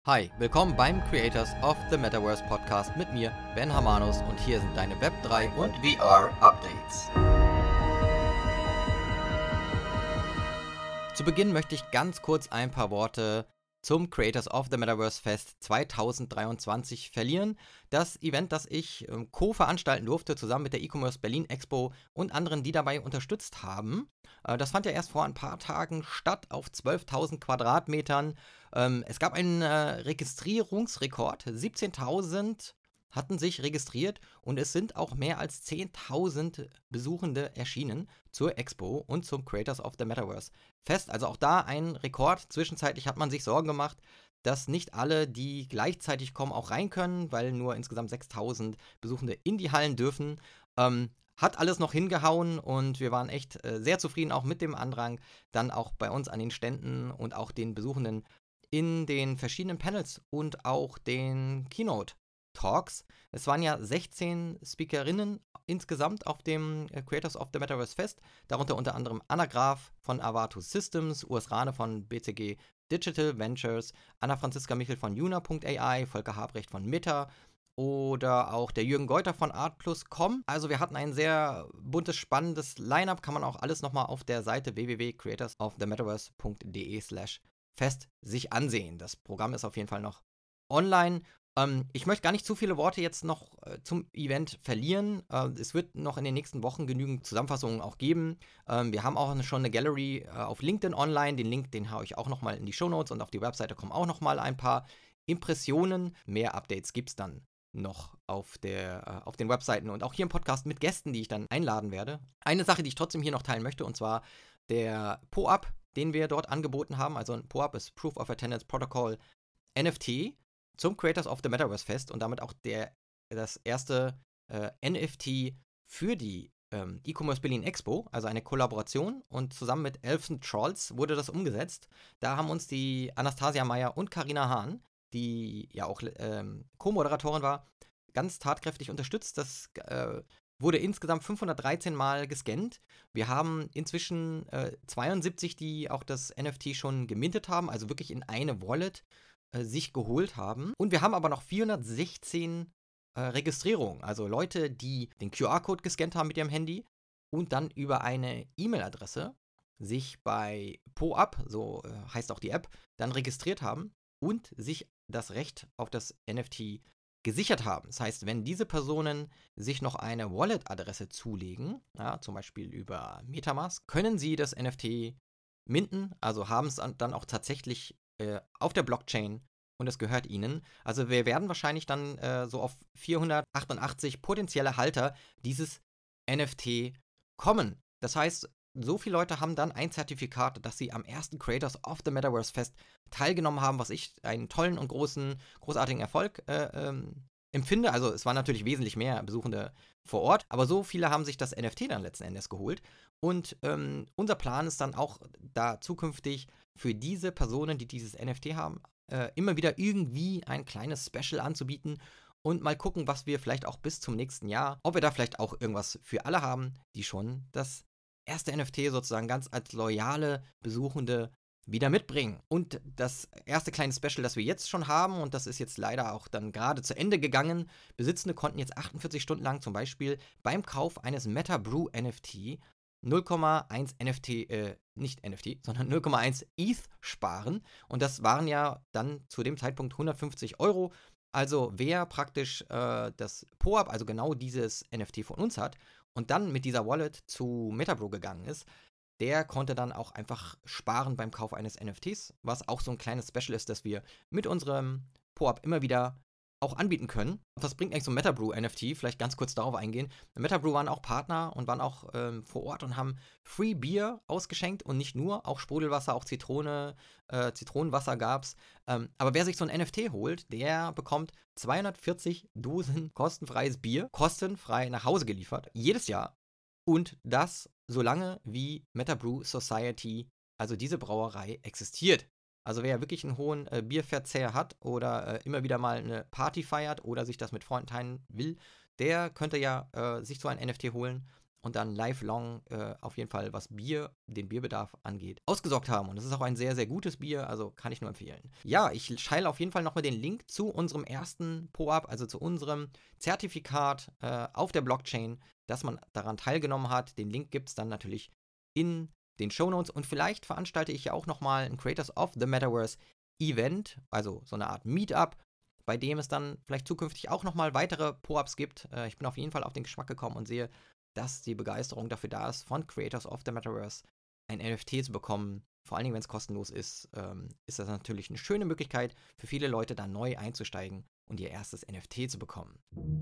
Hi, willkommen beim Creators of the Metaverse Podcast mit mir, Ben Hamanus, und hier sind deine Web3 und VR-Updates. Zu Beginn möchte ich ganz kurz ein paar Worte zum Creators of the Metaverse Fest 2023 verlieren. Das Event, das ich co-veranstalten durfte, zusammen mit der E-Commerce Berlin Expo und anderen, die dabei unterstützt haben. Das fand ja erst vor ein paar Tagen statt auf 12.000 Quadratmetern. Es gab einen Registrierungsrekord. 17.000 hatten sich registriert und es sind auch mehr als 10.000 Besuchende erschienen zur Expo und zum Creators of the Metaverse Fest. Also auch da ein Rekord. Zwischenzeitlich hat man sich Sorgen gemacht, dass nicht alle, die gleichzeitig kommen, auch rein können, weil nur insgesamt 6.000 Besuchende in die Hallen dürfen. Hat alles noch hingehauen und wir waren echt sehr zufrieden auch mit dem Andrang, dann auch bei uns an den Ständen und auch den Besuchenden in den verschiedenen Panels und auch den Keynote-Talks. Es waren ja 16 Speakerinnen insgesamt auf dem Creators of the Metaverse Fest, darunter unter anderem Anna Graf von Avato Systems, Urs Rane von BCG Digital Ventures, Anna-Franziska Michel von Yuna.ai, Volker Habrecht von Meta oder auch der Jürgen Geuter von Art+com. Also wir hatten ein sehr buntes, spannendes Line-Up, kann man auch alles nochmal auf der Seite www.creatorsofthemetaverse.de/fest sich ansehen. Das Programm ist auf jeden Fall noch online. Ich möchte gar nicht zu viele Worte jetzt noch zum Event verlieren. Es wird noch in den nächsten Wochen genügend Zusammenfassungen auch geben. Wir haben auch schon eine Gallery auf LinkedIn online. Den Link, den haue ich auch nochmal in die Shownotes, und auf die Webseite kommen auch nochmal ein paar Impressionen. Mehr Updates gibt es dann noch auf den Webseiten und auch hier im Podcast mit Gästen, die ich dann einladen werde. Eine Sache, die ich trotzdem hier noch teilen möchte, und zwar der POAP, den wir dort angeboten haben. Also ein POAP ist Proof of Attendance Protocol NFT zum Creators of the Metaverse Fest und damit auch das erste NFT für die E-Commerce Berlin Expo, also eine Kollaboration, und zusammen mit Elfen Trolls wurde das umgesetzt. Da haben uns die Anastasia Meyer und Karina Hahn, die ja auch Co-Moderatorin war, ganz tatkräftig unterstützt. Das wurde insgesamt 513 Mal gescannt. Wir haben inzwischen 72, die auch das NFT schon gemintet haben, also wirklich in eine Wallet sich geholt haben. Und wir haben aber noch 416 Registrierungen, also Leute, die den QR-Code gescannt haben mit ihrem Handy und dann über eine E-Mail-Adresse sich bei POAP, so heißt auch die App, dann registriert haben und sich das Recht auf das NFT gesichert haben. Das heißt, wenn diese Personen sich noch eine Wallet-Adresse zulegen, ja, zum Beispiel über Metamask, können sie das NFT minten, also haben es dann auch tatsächlich auf der Blockchain und es gehört ihnen. Also wir werden wahrscheinlich dann so auf 488 potenzielle Halter dieses NFT kommen. Das heißt, so viele Leute haben dann ein Zertifikat, dass sie am ersten Creators of the Metaverse Fest teilgenommen haben, was ich einen tollen und großartigen Erfolg empfinde. Also es waren natürlich wesentlich mehr Besuchende vor Ort, aber so viele haben sich das NFT dann letzten Endes geholt. Und unser Plan ist dann auch, da zukünftig für diese Personen, die dieses NFT haben, immer wieder irgendwie ein kleines Special anzubieten und mal gucken, was wir vielleicht auch bis zum nächsten Jahr, ob wir da vielleicht auch irgendwas für alle haben, die schon das erste NFT sozusagen ganz als loyale Besuchende wieder mitbringen. Und das erste kleine Special, das wir jetzt schon haben, und das ist jetzt leider auch dann gerade zu Ende gegangen, Besitzende konnten jetzt 48 Stunden lang zum Beispiel beim Kauf eines MetaBrew NFT 0,1 NFT, nicht NFT, sondern 0,1 ETH sparen. Und das waren ja dann zu dem Zeitpunkt 150 Euro. Also wer praktisch das POAP, also genau dieses NFT von uns hat, und dann mit dieser Wallet zu MetaBrew gegangen ist, der konnte dann auch einfach sparen beim Kauf eines NFTs, was auch so ein kleines Special ist, das wir mit unserem POAP immer wieder auch anbieten können. Was bringt eigentlich so ein MetaBrew-NFT? Vielleicht ganz kurz darauf eingehen. MetaBrew waren auch Partner und waren auch vor Ort und haben Free Beer ausgeschenkt, und nicht nur, auch Sprudelwasser, auch Zitronenwasser gab's. Aber wer sich so ein NFT holt, der bekommt 240 Dosen kostenfreies Bier, kostenfrei nach Hause geliefert, jedes Jahr. Und das solange wie MetaBrew Society, also diese Brauerei, existiert. Also wer wirklich einen hohen Bierverzehr hat oder immer wieder mal eine Party feiert oder sich das mit Freunden teilen will, der könnte ja sich so ein NFT holen und dann lifelong auf jeden Fall, was den Bierbedarf angeht, ausgesorgt haben. Und es ist auch ein sehr, sehr gutes Bier, also kann ich nur empfehlen. Ja, ich teile auf jeden Fall nochmal den Link zu unserem ersten POAP, also zu unserem Zertifikat auf der Blockchain, dass man daran teilgenommen hat. Den Link gibt es dann natürlich in den Shownotes und vielleicht veranstalte ich ja auch nochmal ein Creators of the Metaverse Event, also so eine Art Meetup, bei dem es dann vielleicht zukünftig auch nochmal weitere POAPs gibt. Ich bin auf jeden Fall auf den Geschmack gekommen und sehe, dass die Begeisterung dafür da ist, von Creators of the Metaverse ein NFT zu bekommen. Vor allen Dingen, wenn es kostenlos ist, ist das natürlich eine schöne Möglichkeit für viele Leute, da neu einzusteigen und ihr erstes NFT zu bekommen.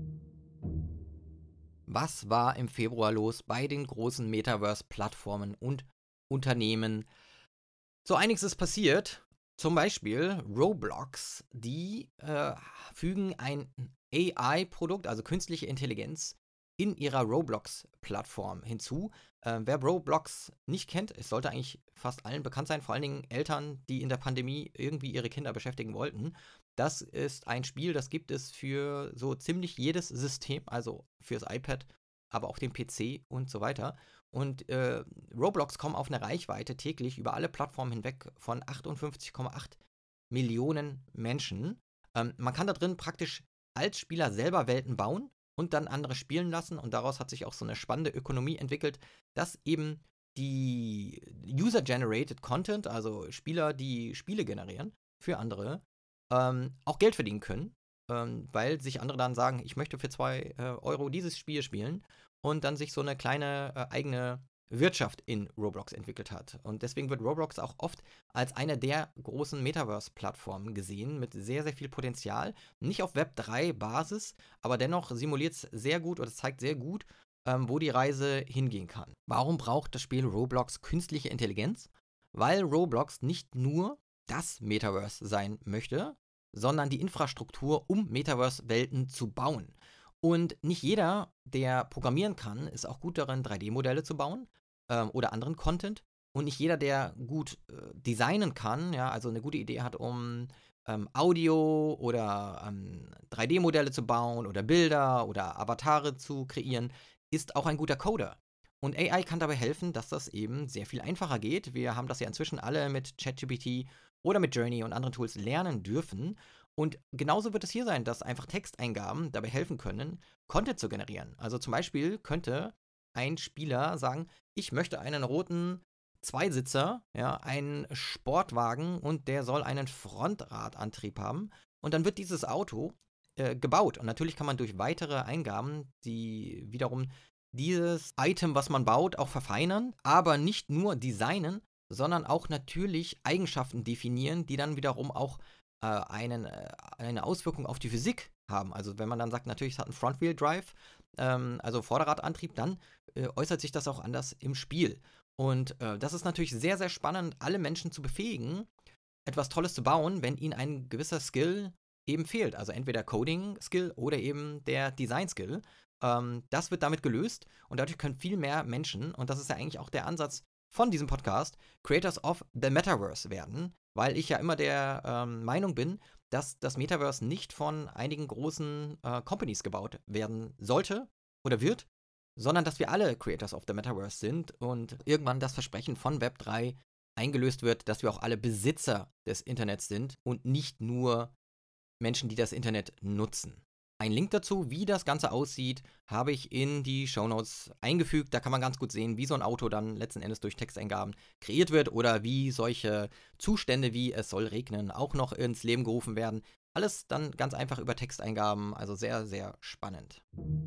Was war im Februar los bei den großen Metaverse-Plattformen und Unternehmen? So einiges ist passiert. Zum Beispiel Roblox, die fügen ein AI-Produkt, also künstliche Intelligenz, in ihrer Roblox-Plattform hinzu. Wer Roblox nicht kennt, es sollte eigentlich fast allen bekannt sein, vor allen Dingen Eltern, die in der Pandemie irgendwie ihre Kinder beschäftigen wollten. Das ist ein Spiel, das gibt es für so ziemlich jedes System, also fürs iPad, aber auch den PC und so weiter. Und Roblox kommt auf eine Reichweite täglich über alle Plattformen hinweg von 58,8 Millionen Menschen. Man kann da drin praktisch als Spieler selber Welten bauen und dann andere spielen lassen. Und daraus hat sich auch so eine spannende Ökonomie entwickelt, dass eben die User-Generated Content, also Spieler, die Spiele generieren für andere, auch Geld verdienen können. Weil sich andere dann sagen, ich möchte für 2 Euro dieses Spiel spielen und dann sich so eine kleine eigene Wirtschaft in Roblox entwickelt hat. Und deswegen wird Roblox auch oft als eine der großen Metaverse-Plattformen gesehen, mit sehr, sehr viel Potenzial. Nicht auf Web3-Basis, aber dennoch simuliert es sehr gut oder zeigt sehr gut, wo die Reise hingehen kann. Warum braucht das Spiel Roblox künstliche Intelligenz? Weil Roblox nicht nur das Metaverse sein möchte, sondern die Infrastruktur, um Metaverse-Welten zu bauen. Und nicht jeder, der programmieren kann, ist auch gut darin, 3D-Modelle zu bauen oder anderen Content. Und nicht jeder, der gut designen kann, ja, also eine gute Idee hat, um Audio oder 3D-Modelle zu bauen oder Bilder oder Avatare zu kreieren, ist auch ein guter Coder. Und AI kann dabei helfen, dass das eben sehr viel einfacher geht. Wir haben das ja inzwischen alle mit ChatGPT oder mit Journey und anderen Tools lernen dürfen. Und genauso wird es hier sein, dass einfach Texteingaben dabei helfen können, Content zu generieren. Also zum Beispiel könnte ein Spieler sagen, ich möchte einen roten Zweisitzer, ja, einen Sportwagen und der soll einen Frontradantrieb haben. Und dann wird dieses Auto gebaut. Und natürlich kann man durch weitere Eingaben, die wiederum dieses Item, was man baut, auch verfeinern, aber nicht nur designen, sondern auch natürlich Eigenschaften definieren, die dann wiederum auch eine Auswirkung auf die Physik haben. Also wenn man dann sagt, natürlich, es hat einen Front-Wheel-Drive, also Vorderradantrieb, dann äußert sich das auch anders im Spiel. Und das ist natürlich sehr, sehr spannend, alle Menschen zu befähigen, etwas Tolles zu bauen, wenn ihnen ein gewisser Skill eben fehlt. Also entweder Coding-Skill oder eben der Design-Skill. Das wird damit gelöst und dadurch können viel mehr Menschen, und das ist ja eigentlich auch der Ansatz von diesem Podcast, Creators of the Metaverse werden, weil ich ja immer der Meinung bin, dass das Metaverse nicht von einigen großen Companies gebaut werden sollte oder wird, sondern dass wir alle Creators of the Metaverse sind und irgendwann das Versprechen von Web3 eingelöst wird, dass wir auch alle Besitzer des Internets sind und nicht nur Menschen, die das Internet nutzen. Ein Link dazu, wie das Ganze aussieht, habe ich in die Shownotes eingefügt. Da kann man ganz gut sehen, wie so ein Auto dann letzten Endes durch Texteingaben kreiert wird oder wie solche Zustände wie es soll regnen auch noch ins Leben gerufen werden. Alles dann ganz einfach über Texteingaben, also sehr, sehr spannend.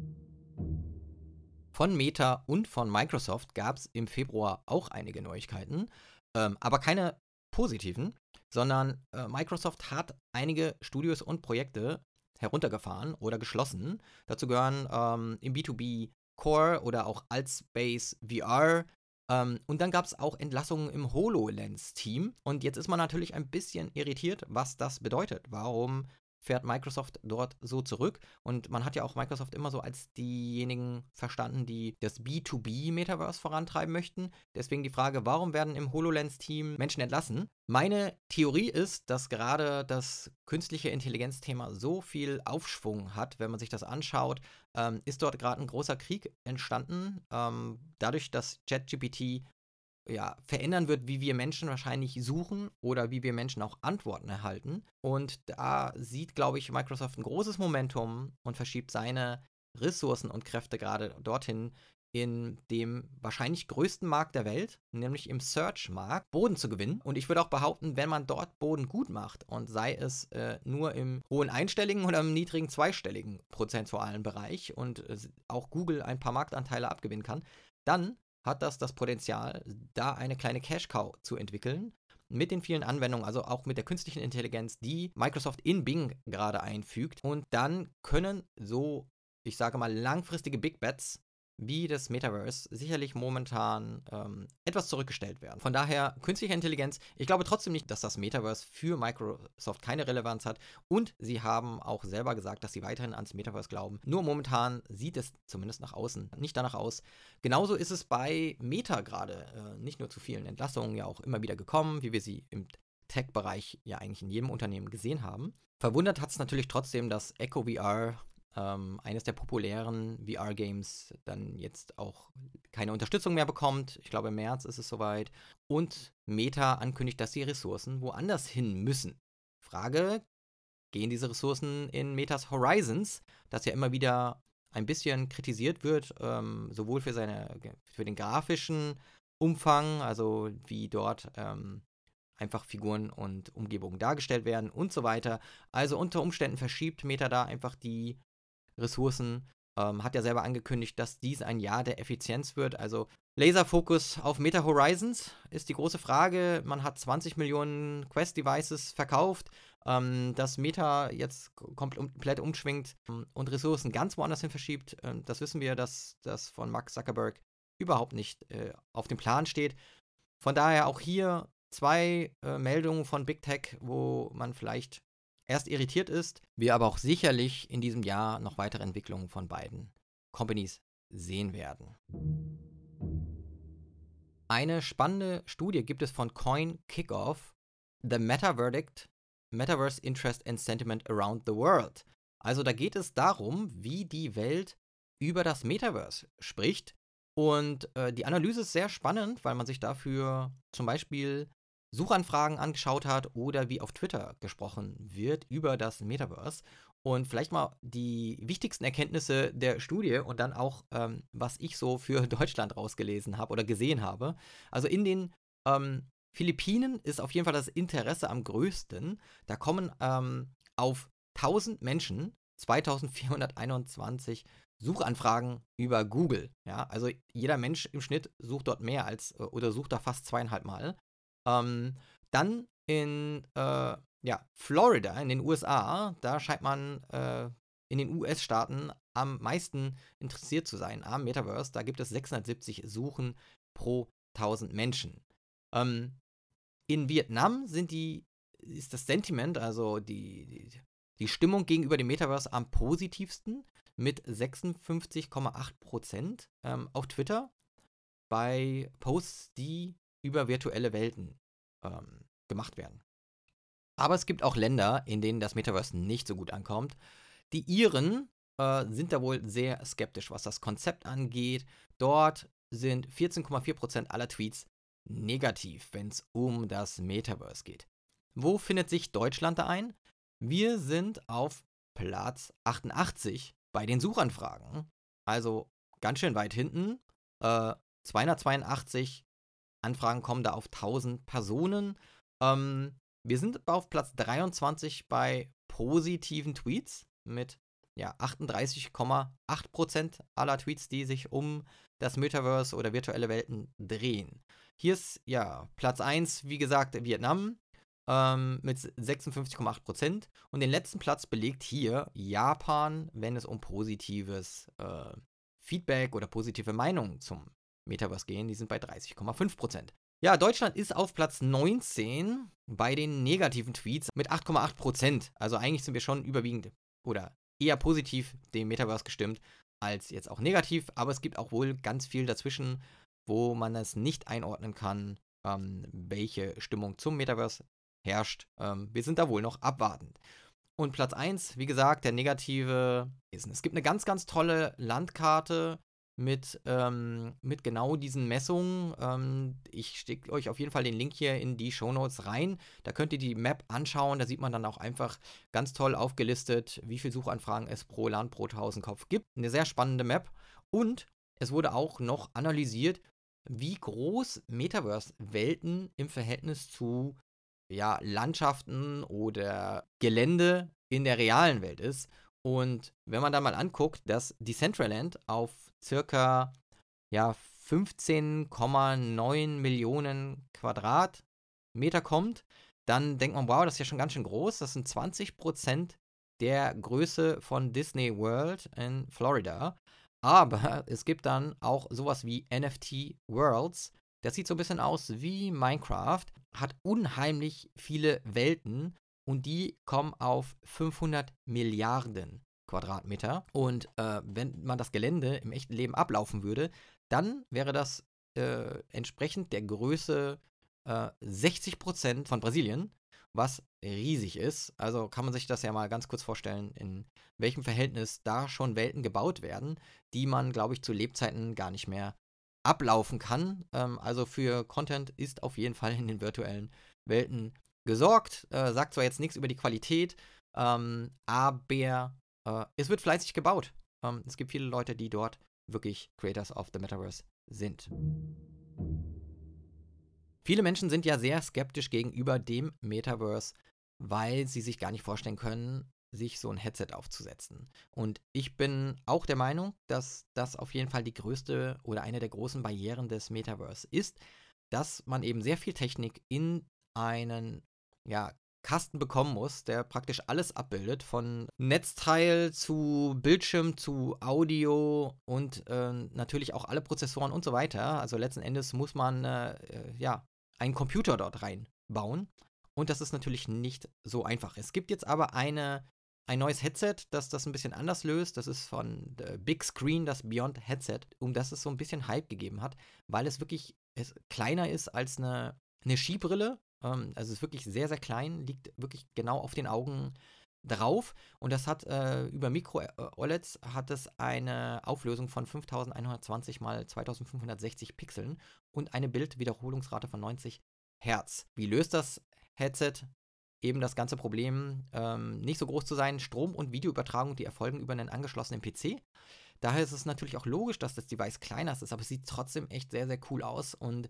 Von Meta und von Microsoft gab es im Februar auch einige Neuigkeiten, aber keine positiven, sondern Microsoft hat einige Studios und Projekte heruntergefahren oder geschlossen. Dazu gehören im B2B Core oder auch Altspace VR. Und dann gab es auch Entlassungen im HoloLens-Team. Und jetzt ist man natürlich ein bisschen irritiert, was das bedeutet. Warum fährt Microsoft dort so zurück. Und man hat ja auch Microsoft immer so als diejenigen verstanden, die das B2B-Metaverse vorantreiben möchten. Deswegen die Frage, warum werden im HoloLens-Team Menschen entlassen? Meine Theorie ist, dass gerade das künstliche Intelligenz-Thema so viel Aufschwung hat, wenn man sich das anschaut, ist dort gerade ein großer Krieg entstanden. Dadurch, dass ChatGPT verändern wird, wie wir Menschen wahrscheinlich suchen oder wie wir Menschen auch Antworten erhalten. Und da sieht, glaube ich, Microsoft ein großes Momentum und verschiebt seine Ressourcen und Kräfte gerade dorthin, in dem wahrscheinlich größten Markt der Welt, nämlich im Search-Markt, Boden zu gewinnen. Und ich würde auch behaupten, wenn man dort Boden gut macht und sei es nur im hohen einstelligen oder im niedrigen zweistelligen prozentualen Bereich und auch Google ein paar Marktanteile abgewinnen kann, dann hat das Potenzial, da eine kleine Cash-Cow zu entwickeln, mit den vielen Anwendungen, also auch mit der künstlichen Intelligenz, die Microsoft in Bing gerade einfügt. Und dann können so, ich sage mal, langfristige Big Bets wie das Metaverse sicherlich momentan etwas zurückgestellt werden. Von daher, künstliche Intelligenz, ich glaube trotzdem nicht, dass das Metaverse für Microsoft keine Relevanz hat. Und sie haben auch selber gesagt, dass sie weiterhin ans Metaverse glauben. Nur momentan sieht es zumindest nach außen nicht danach aus. Genauso ist es bei Meta gerade. Nicht nur zu vielen Entlassungen ja auch immer wieder gekommen, wie wir sie im Tech-Bereich ja eigentlich in jedem Unternehmen gesehen haben. Verwundert hat es natürlich trotzdem, dass Echo VR, eines der populären VR-Games, dann jetzt auch keine Unterstützung mehr bekommt. Ich glaube, im März ist es soweit. Und Meta ankündigt, dass sie Ressourcen woanders hin müssen. Frage, gehen diese Ressourcen in Metas Horizons, das ja immer wieder ein bisschen kritisiert wird, sowohl für den grafischen Umfang, also wie dort einfach Figuren und Umgebungen dargestellt werden und so weiter. Also unter Umständen verschiebt Meta da einfach die Ressourcen. Hat ja selber angekündigt, dass dies ein Jahr der Effizienz wird. Also Laserfokus auf Meta Horizons ist die große Frage. Man hat 20 Millionen Quest-Devices verkauft. Dass Meta jetzt komplett umschwingt und Ressourcen ganz woanders hin verschiebt, das wissen wir, dass das von Mark Zuckerberg überhaupt nicht auf dem Plan steht. Von daher auch hier zwei Meldungen von Big Tech, wo man vielleicht erst irritiert ist, wir aber auch sicherlich in diesem Jahr noch weitere Entwicklungen von beiden Companies sehen werden. Eine spannende Studie gibt es von Coin Kickoff, The Meta Verdict, Metaverse Interest and Sentiment Around the World. Also da geht es darum, wie die Welt über das Metaverse spricht. Und die Analyse ist sehr spannend, weil man sich dafür zum Beispiel Suchanfragen angeschaut hat oder wie auf Twitter gesprochen wird über das Metaverse. Und vielleicht mal die wichtigsten Erkenntnisse der Studie und dann auch, was ich so für Deutschland rausgelesen habe oder gesehen habe. Also in den Philippinen ist auf jeden Fall das Interesse am größten. Da kommen auf 1000 Menschen 2421 Suchanfragen über Google. Ja, also jeder Mensch im Schnitt sucht dort mehr als oder sucht da fast 2,5 Mal. Dann in Florida, in den USA, da scheint man in den US-Staaten am meisten interessiert zu sein am Metaverse. Da gibt es 670 Suchen pro 1000 Menschen. In Vietnam ist das Sentiment, also die Stimmung gegenüber dem Metaverse am positivsten mit 56,8% auf Twitter bei Posts, die über virtuelle Welten gemacht werden. Aber es gibt auch Länder, in denen das Metaverse nicht so gut ankommt. Die Iren sind da wohl sehr skeptisch, was das Konzept angeht. Dort sind 14,4% aller Tweets negativ, wenn es um das Metaverse geht. Wo findet sich Deutschland da ein? Wir sind auf Platz 88 bei den Suchanfragen. Also ganz schön weit hinten. 282 Anfragen kommen da auf 1000 Personen. Wir sind auf Platz 23 bei positiven Tweets mit 38,8% aller Tweets, die sich um das Metaverse oder virtuelle Welten drehen. Hier ist Platz 1, wie gesagt, Vietnam mit 56,8%. Und den letzten Platz belegt hier Japan, wenn es um positives Feedback oder positive Meinungen zum Metaverse gehen. Die sind bei 30,5%. Ja, Deutschland ist auf Platz 19 bei den negativen Tweets mit 8,8%. Also eigentlich sind wir schon überwiegend oder eher positiv dem Metaverse gestimmt als jetzt auch negativ. Aber es gibt auch wohl ganz viel dazwischen, wo man es nicht einordnen kann, welche Stimmung zum Metaverse herrscht. Wir sind da wohl noch abwartend. Und Platz 1, wie gesagt, der negative ist. Es gibt eine ganz, ganz tolle Landkarte mit genau diesen Messungen. Ich stecke euch auf jeden Fall den Link hier in die Shownotes rein. Da könnt ihr die Map anschauen. Da sieht man dann auch einfach ganz toll aufgelistet, wie viele Suchanfragen es pro Land pro 1000 Kopf gibt. Eine sehr spannende Map. Und es wurde auch noch analysiert, wie groß Metaverse-Welten im Verhältnis zu Landschaften oder Gelände in der realen Welt ist. Und wenn man da mal anguckt, dass Decentraland auf circa 15,9 Millionen Quadratmeter kommt, dann denkt man, wow, das ist ja schon ganz schön groß. Das sind 20% der Größe von Disney World in Florida. Aber es gibt dann auch sowas wie NFT Worlds. Das sieht so ein bisschen aus wie Minecraft, hat unheimlich viele Welten und die kommen auf 500 Milliarden Quadratmeter. Und wenn man das Gelände im echten Leben ablaufen würde, dann wäre das entsprechend der Größe 60% von Brasilien, was riesig ist. Also kann man sich das ja mal ganz kurz vorstellen, in welchem Verhältnis da schon Welten gebaut werden, die man, glaube ich, zu Lebzeiten gar nicht mehr ablaufen kann. Also für Content ist auf jeden Fall in den virtuellen Welten gesorgt. Sagt zwar jetzt nichts über die Qualität, aber es wird fleißig gebaut. Es gibt viele Leute, die dort wirklich Creators of the Metaverse sind. Viele Menschen sind ja sehr skeptisch gegenüber dem Metaverse, weil sie sich gar nicht vorstellen können, sich so ein Headset aufzusetzen. Und ich bin auch der Meinung, dass das auf jeden Fall die größte oder eine der großen Barrieren des Metaverse ist, dass man eben sehr viel Technik in einen Kasten bekommen muss, der praktisch alles abbildet, von Netzteil zu Bildschirm zu Audio und natürlich auch alle Prozessoren und so weiter. Also letzten Endes muss man einen Computer dort reinbauen. Und das ist natürlich nicht so einfach. Es gibt jetzt aber ein neues Headset, das das ein bisschen anders löst. Das ist von Big Screen, das Beyond Headset, um das es so ein bisschen Hype gegeben hat, weil es wirklich kleiner ist als eine Skibrille. Also es ist wirklich sehr, sehr klein, liegt wirklich genau auf den Augen drauf. Und das hat über Micro-OLEDs hat es eine Auflösung von 5120 mal 2560 Pixeln und eine Bildwiederholungsrate von 90 Hertz. Wie löst das Headset eben das ganze Problem, nicht so groß zu sein? Strom- und Videoübertragung, die erfolgen über einen angeschlossenen PC. Daher ist es natürlich auch logisch, dass das Device kleiner ist, aber es sieht trotzdem echt sehr, sehr cool aus und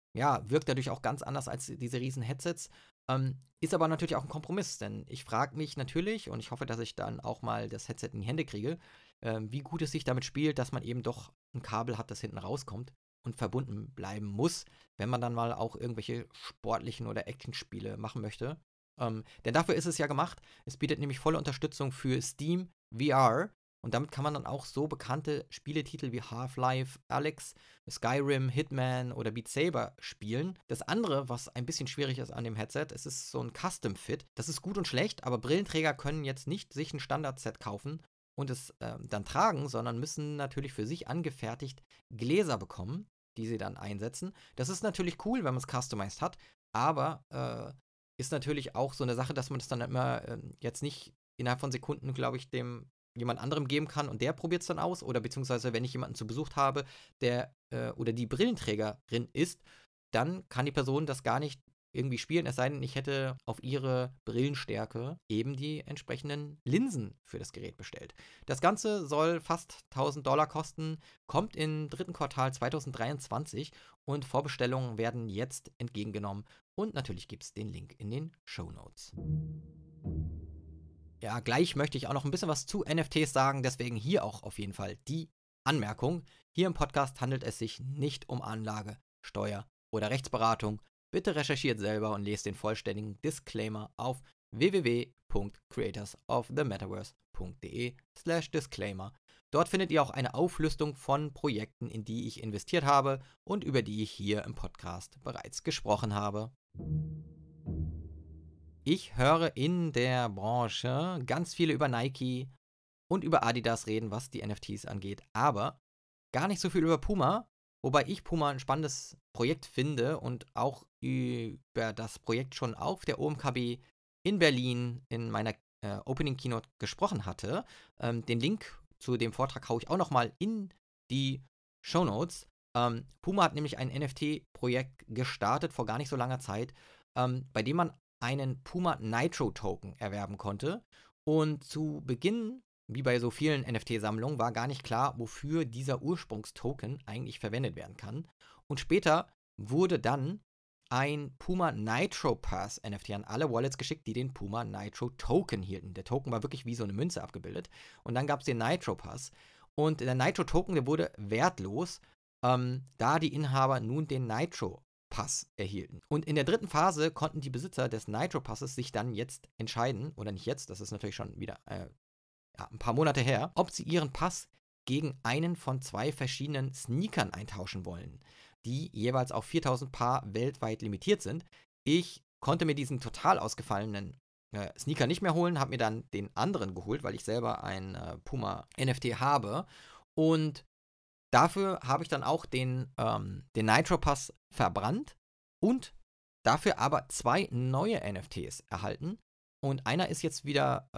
wirkt dadurch auch ganz anders als diese riesen Headsets. Ist aber natürlich auch ein Kompromiss, denn ich frage mich natürlich, und ich hoffe, dass ich dann auch mal das Headset in die Hände kriege, wie gut es sich damit spielt, dass man eben doch ein Kabel hat, das hinten rauskommt und verbunden bleiben muss, wenn man dann mal auch irgendwelche sportlichen oder Actionspiele machen möchte. Denn dafür ist es ja gemacht. Es bietet nämlich volle Unterstützung für Steam VR. Und damit kann man dann auch so bekannte Spieletitel wie Half-Life, Alyx, Skyrim, Hitman oder Beat Saber spielen. Das andere, was ein bisschen schwierig ist an dem Headset, es ist so ein Custom-Fit. Das ist gut und schlecht, aber Brillenträger können jetzt nicht sich ein Standard-Set kaufen und es dann tragen, sondern müssen natürlich für sich angefertigt Gläser bekommen, die sie dann einsetzen. Das ist natürlich cool, wenn man es customized hat, aber ist natürlich auch so eine Sache, dass man das dann immer jetzt nicht innerhalb von Sekunden, glaube ich, dem jemand anderem geben kann und der probiert es dann aus. Oder beziehungsweise, wenn ich jemanden zu Besuch habe, der oder die Brillenträgerin ist, dann kann die Person das gar nicht irgendwie spielen, es sei denn, ich hätte auf ihre Brillenstärke eben die entsprechenden Linsen für das Gerät bestellt. Das Ganze soll fast $1000 kosten, kommt im dritten Quartal 2023 und Vorbestellungen werden jetzt entgegengenommen. Und natürlich gibt es den Link in den Shownotes. Ja, gleich möchte ich auch noch ein bisschen was zu NFTs sagen, deswegen hier auch auf jeden Fall die Anmerkung. Hier im Podcast handelt es sich nicht um Anlage, Steuer oder Rechtsberatung. Bitte recherchiert selber und lest den vollständigen Disclaimer auf www.creatorsofthemetaverse.de/disclaimer Dort findet ihr auch eine Auflistung von Projekten, in die ich investiert habe und über die ich hier im Podcast bereits gesprochen habe. Ich höre in der Branche ganz viele über Nike und über Adidas reden, was die NFTs angeht, aber gar nicht so viel über Puma, wobei ich Puma ein spannendes Projekt finde und auch über das Projekt schon auf der OMKB in Berlin in meiner Opening Keynote gesprochen hatte. Den Link zu dem Vortrag haue ich auch nochmal in die Shownotes. Puma hat nämlich ein NFT-Projekt gestartet vor gar nicht so langer Zeit, bei dem man einen Puma Nitro Token erwerben konnte. Und zu Beginn, wie bei so vielen NFT-Sammlungen, war gar nicht klar, wofür dieser Ursprungstoken eigentlich verwendet werden kann. Und später wurde dann ein Puma Nitro Pass NFT an alle Wallets geschickt, die den Puma Nitro Token hielten. Der Token war wirklich wie so eine Münze abgebildet. Und dann gab es den Nitro Pass. Und der Nitro Token, der wurde wertlos, da die Inhaber nun den Nitro Pass erhielten. Und in der dritten Phase konnten die Besitzer des Nitro Passes sich dann jetzt entscheiden, oder nicht jetzt, das ist natürlich schon wieder ein paar Monate her, ob sie ihren Pass gegen einen von 2 verschiedenen Sneakern eintauschen wollen, die jeweils auf 4000 Paar weltweit limitiert sind. Ich konnte mir diesen total ausgefallenen Sneaker nicht mehr holen, habe mir dann den anderen geholt, weil ich selber ein Puma NFT habe. Und dafür habe ich dann auch den Nitro Pass verbrannt und dafür aber 2 neue NFTs erhalten. Und einer ist jetzt wieder,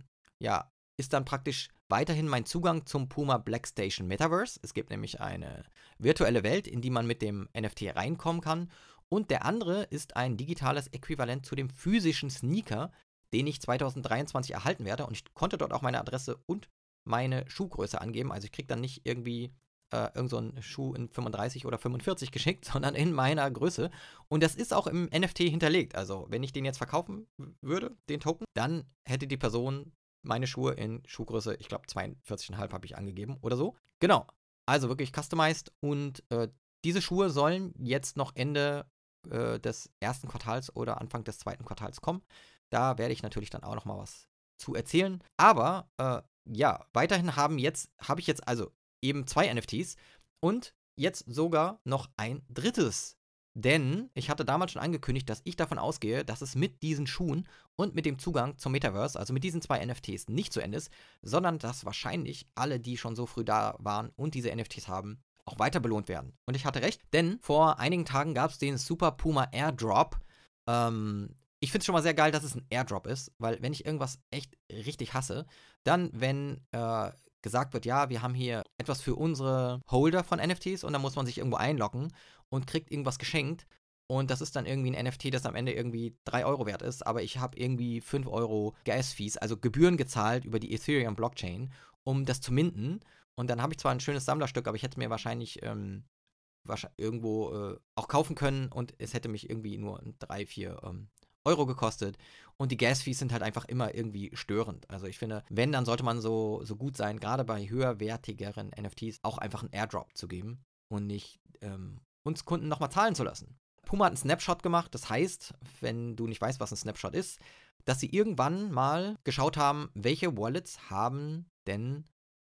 ist dann praktisch weiterhin mein Zugang zum Puma Blackstation Metaverse. Es gibt nämlich eine virtuelle Welt, in die man mit dem NFT reinkommen kann. Und der andere ist ein digitales Äquivalent zu dem physischen Sneaker, den ich 2023 erhalten werde. Und ich konnte dort auch meine Adresse und meine Schuhgröße angeben. Also ich kriege dann nicht irgendwie irgend so einen Schuh in 35 oder 45 geschickt, sondern in meiner Größe. Und das ist auch im NFT hinterlegt. Also wenn ich den jetzt verkaufen würde, den Token, dann hätte die Person meine Schuhe in Schuhgröße, ich glaube 42,5 habe ich angegeben oder so. Genau, also wirklich customized. Und diese Schuhe sollen jetzt noch Ende des ersten Quartals oder Anfang des zweiten Quartals kommen. Da werde ich natürlich dann auch noch mal was zu erzählen. Aber weiterhin habe ich jetzt also eben 2 NFTs und jetzt sogar noch ein drittes. Denn ich hatte damals schon angekündigt, dass ich davon ausgehe, dass es mit diesen Schuhen und mit dem Zugang zum Metaverse, also mit diesen 2 NFTs, nicht zu Ende ist, sondern dass wahrscheinlich alle, die schon so früh da waren und diese NFTs haben, auch weiter belohnt werden. Und ich hatte recht, denn vor einigen Tagen gab es den Super Puma Airdrop. Ich finde es schon mal sehr geil, dass es ein Airdrop ist, weil wenn ich irgendwas echt richtig hasse, dann wenn gesagt wird, ja, wir haben hier etwas für unsere Holder von NFTs und dann muss man sich irgendwo einloggen und kriegt irgendwas geschenkt und das ist dann irgendwie ein NFT, das am Ende irgendwie 3 Euro wert ist, aber ich habe irgendwie 5 Euro Gas-Fees, also Gebühren gezahlt über die Ethereum-Blockchain, um das zu minden. Und dann habe ich zwar ein schönes Sammlerstück, aber ich hätte mir wahrscheinlich irgendwo auch kaufen können und es hätte mich irgendwie nur 3, 4 Euro gekostet. Und die Gas-Fees sind halt einfach immer irgendwie störend. Also ich finde, wenn, dann sollte man so gut sein, gerade bei höherwertigeren NFTs, auch einfach einen Airdrop zu geben und nicht uns Kunden nochmal zahlen zu lassen. Puma hat einen Snapshot gemacht, das heißt, wenn du nicht weißt, was ein Snapshot ist, dass sie irgendwann mal geschaut haben, welche Wallets haben denn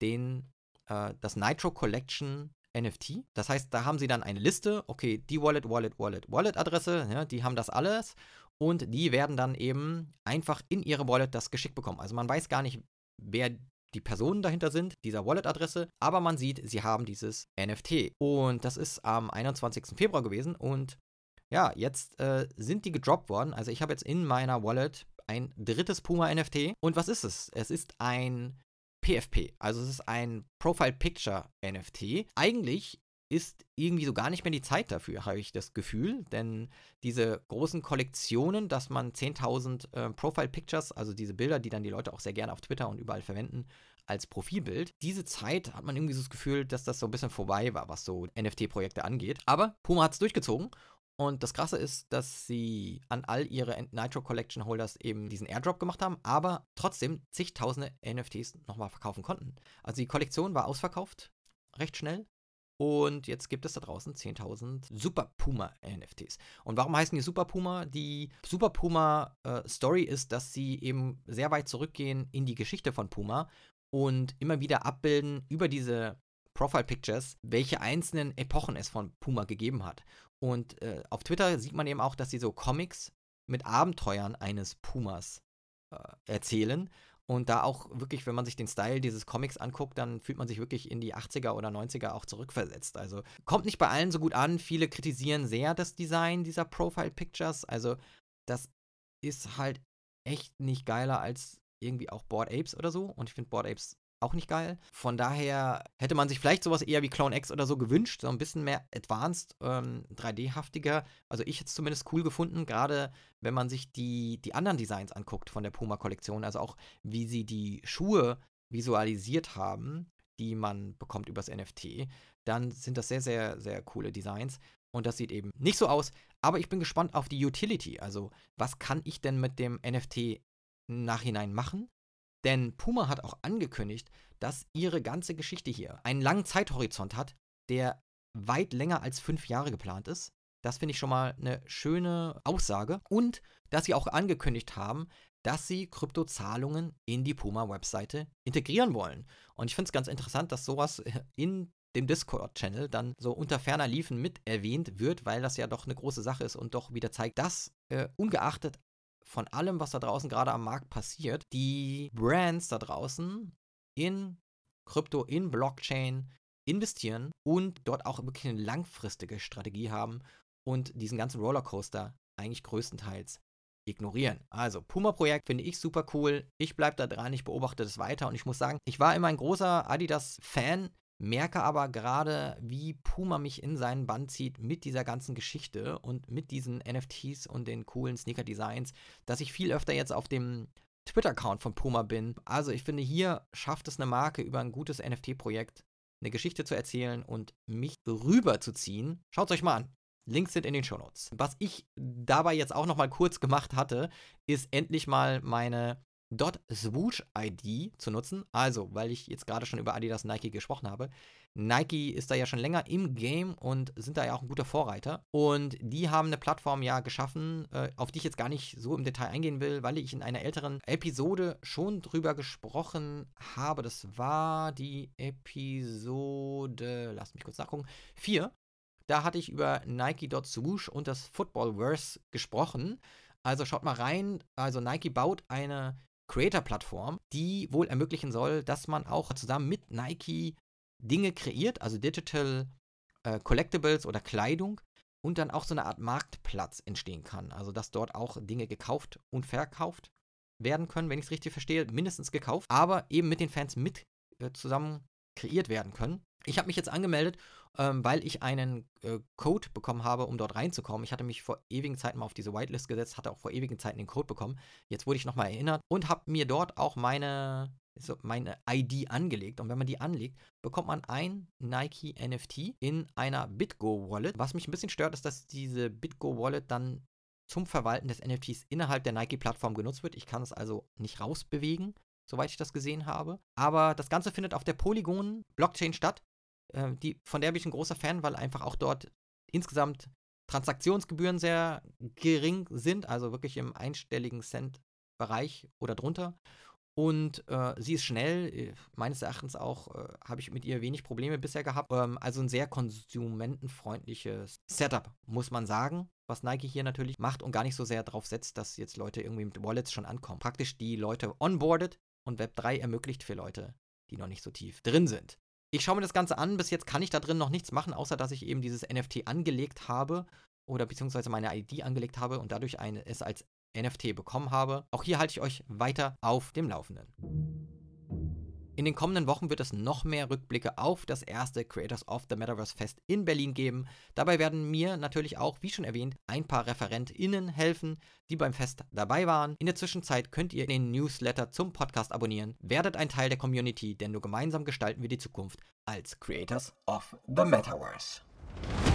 das Nitro Collection NFT. Das heißt, da haben sie dann eine Liste, okay, die Wallet-Adresse, ja, die haben das alles und die werden dann eben einfach in ihre Wallet das geschickt bekommen. Also man weiß gar nicht, wer die Personen dahinter sind, dieser Wallet-Adresse, aber man sieht, sie haben dieses NFT. Und das ist am 21. Februar gewesen und ja, jetzt sind die gedroppt worden. Also ich habe jetzt in meiner Wallet ein drittes Puma NFT. Und was ist es? Es ist ein PFP, also es ist ein Profile Picture NFT. Eigentlich ist irgendwie so gar nicht mehr die Zeit dafür, habe ich das Gefühl, denn diese großen Kollektionen, dass man 10.000 Profile Pictures, also diese Bilder, die dann die Leute auch sehr gerne auf Twitter und überall verwenden, als Profilbild, diese Zeit hat man irgendwie so das Gefühl, dass das so ein bisschen vorbei war, was so NFT-Projekte angeht. Aber Puma hat es durchgezogen. Und das Krasse ist, dass sie an all ihre Nitro Collection Holders eben diesen Airdrop gemacht haben, aber trotzdem zigtausende NFTs nochmal verkaufen konnten. Also die Kollektion war ausverkauft, recht schnell. Und jetzt gibt es da draußen 10.000 Super Puma NFTs. Und warum heißen die Super Puma? Die Super Puma Story ist, dass sie eben sehr weit zurückgehen in die Geschichte von Puma und immer wieder abbilden über diese Profile Pictures, welche einzelnen Epochen es von Puma gegeben hat. Und auf Twitter sieht man eben auch, dass sie so Comics mit Abenteuern eines Pumas erzählen. Und da auch wirklich, wenn man sich den Style dieses Comics anguckt, dann fühlt man sich wirklich in die 80er oder 90er auch zurückversetzt. Also kommt nicht bei allen so gut an. Viele kritisieren sehr das Design dieser Profile Pictures. Also das ist halt echt nicht geiler als irgendwie auch Bored Apes oder so. Und ich finde Bored Apes auch nicht geil. Von daher hätte man sich vielleicht sowas eher wie Clone X oder so gewünscht. So ein bisschen mehr advanced, 3D-haftiger. Also ich hätte es zumindest cool gefunden, gerade wenn man sich die anderen Designs anguckt von der Puma-Kollektion. Also auch, wie sie die Schuhe visualisiert haben, die man bekommt übers NFT. Dann sind das sehr, sehr, sehr coole Designs. Und das sieht eben nicht so aus. Aber ich bin gespannt auf die Utility. Also, was kann ich denn mit dem NFT im Nachhinein machen? Denn Puma hat auch angekündigt, dass ihre ganze Geschichte hier einen langen Zeithorizont hat, der weit länger als 5 Jahre geplant ist. Das finde ich schon mal eine schöne Aussage. Und dass sie auch angekündigt haben, dass sie Kryptozahlungen in die Puma-Webseite integrieren wollen. Und ich finde es ganz interessant, dass sowas in dem Discord-Channel dann so unter ferner Liefen mit erwähnt wird, weil das ja doch eine große Sache ist und doch wieder zeigt, dass ungeachtet von allem, was da draußen gerade am Markt passiert, die Brands da draußen in Krypto, in Blockchain investieren und dort auch wirklich eine langfristige Strategie haben und diesen ganzen Rollercoaster eigentlich größtenteils ignorieren. Also, Puma-Projekt finde ich super cool. Ich bleibe da dran, ich beobachte das weiter und ich muss sagen, ich war immer ein großer Adidas-Fan, merke aber gerade, wie Puma mich in seinen Bann zieht mit dieser ganzen Geschichte und mit diesen NFTs und den coolen Sneaker-Designs, dass ich viel öfter jetzt auf dem Twitter-Account von Puma bin. Also ich finde, hier schafft es eine Marke über ein gutes NFT-Projekt, eine Geschichte zu erzählen und mich rüberzuziehen. Schaut es euch mal an. Links sind in den Shownotes. Was ich dabei jetzt auch noch mal kurz gemacht hatte, ist endlich mal meine .swoosh-ID zu nutzen. Also, weil ich jetzt gerade schon über Adidas Nike gesprochen habe. Nike ist da ja schon länger im Game und sind da ja auch ein guter Vorreiter. Und die haben eine Plattform ja geschaffen, auf die ich jetzt gar nicht so im Detail eingehen will, weil ich in einer älteren Episode schon drüber gesprochen habe. Das war die Episode, lasst mich kurz nachgucken, 4. Da hatte ich über Nike.swoosh und das Footballverse gesprochen. Also schaut mal rein. Also Nike baut eine Creator-Plattform, die wohl ermöglichen soll, dass man auch zusammen mit Nike Dinge kreiert, also Digital Collectibles oder Kleidung und dann auch so eine Art Marktplatz entstehen kann. Also dass dort auch Dinge gekauft und verkauft werden können, wenn ich es richtig verstehe, mindestens gekauft, aber eben mit den Fans mit zusammen kreiert werden können. Ich habe mich jetzt angemeldet, weil ich einen Code bekommen habe, um dort reinzukommen. Ich hatte mich vor ewigen Zeiten mal auf diese Whitelist gesetzt, hatte auch vor ewigen Zeiten den Code bekommen. Jetzt wurde ich nochmal erinnert und habe mir dort auch meine ID angelegt. Und wenn man die anlegt, bekommt man ein Nike NFT in einer BitGo Wallet. Was mich ein bisschen stört, ist, dass diese BitGo Wallet dann zum Verwalten des NFTs innerhalb der Nike-Plattform genutzt wird. Ich kann es also nicht rausbewegen, soweit ich das gesehen habe. Aber das Ganze findet auf der Polygon-Blockchain statt. Von der bin ich ein großer Fan, weil einfach auch dort insgesamt Transaktionsgebühren sehr gering sind, also wirklich im einstelligen Cent-Bereich oder drunter. Und sie ist schnell, meines Erachtens auch, habe ich mit ihr wenig Probleme bisher gehabt. Also ein sehr konsumentenfreundliches Setup, muss man sagen, was Nike hier natürlich macht und gar nicht so sehr darauf setzt, dass jetzt Leute irgendwie mit Wallets schon ankommen. Praktisch die Leute onboardet und Web3 ermöglicht für Leute, die noch nicht so tief drin sind. Ich schaue mir das Ganze an. Bis jetzt kann ich da drin noch nichts machen, außer dass ich eben dieses NFT angelegt habe oder beziehungsweise meine ID angelegt habe und dadurch es als NFT bekommen habe. Auch hier halte ich euch weiter auf dem Laufenden. In den kommenden Wochen wird es noch mehr Rückblicke auf das erste Creators of the Metaverse Fest in Berlin geben. Dabei werden mir natürlich auch, wie schon erwähnt, ein paar ReferentInnen helfen, die beim Fest dabei waren. In der Zwischenzeit könnt ihr den Newsletter zum Podcast abonnieren. Werdet ein Teil der Community, denn nur gemeinsam gestalten wir die Zukunft als Creators of the Metaverse.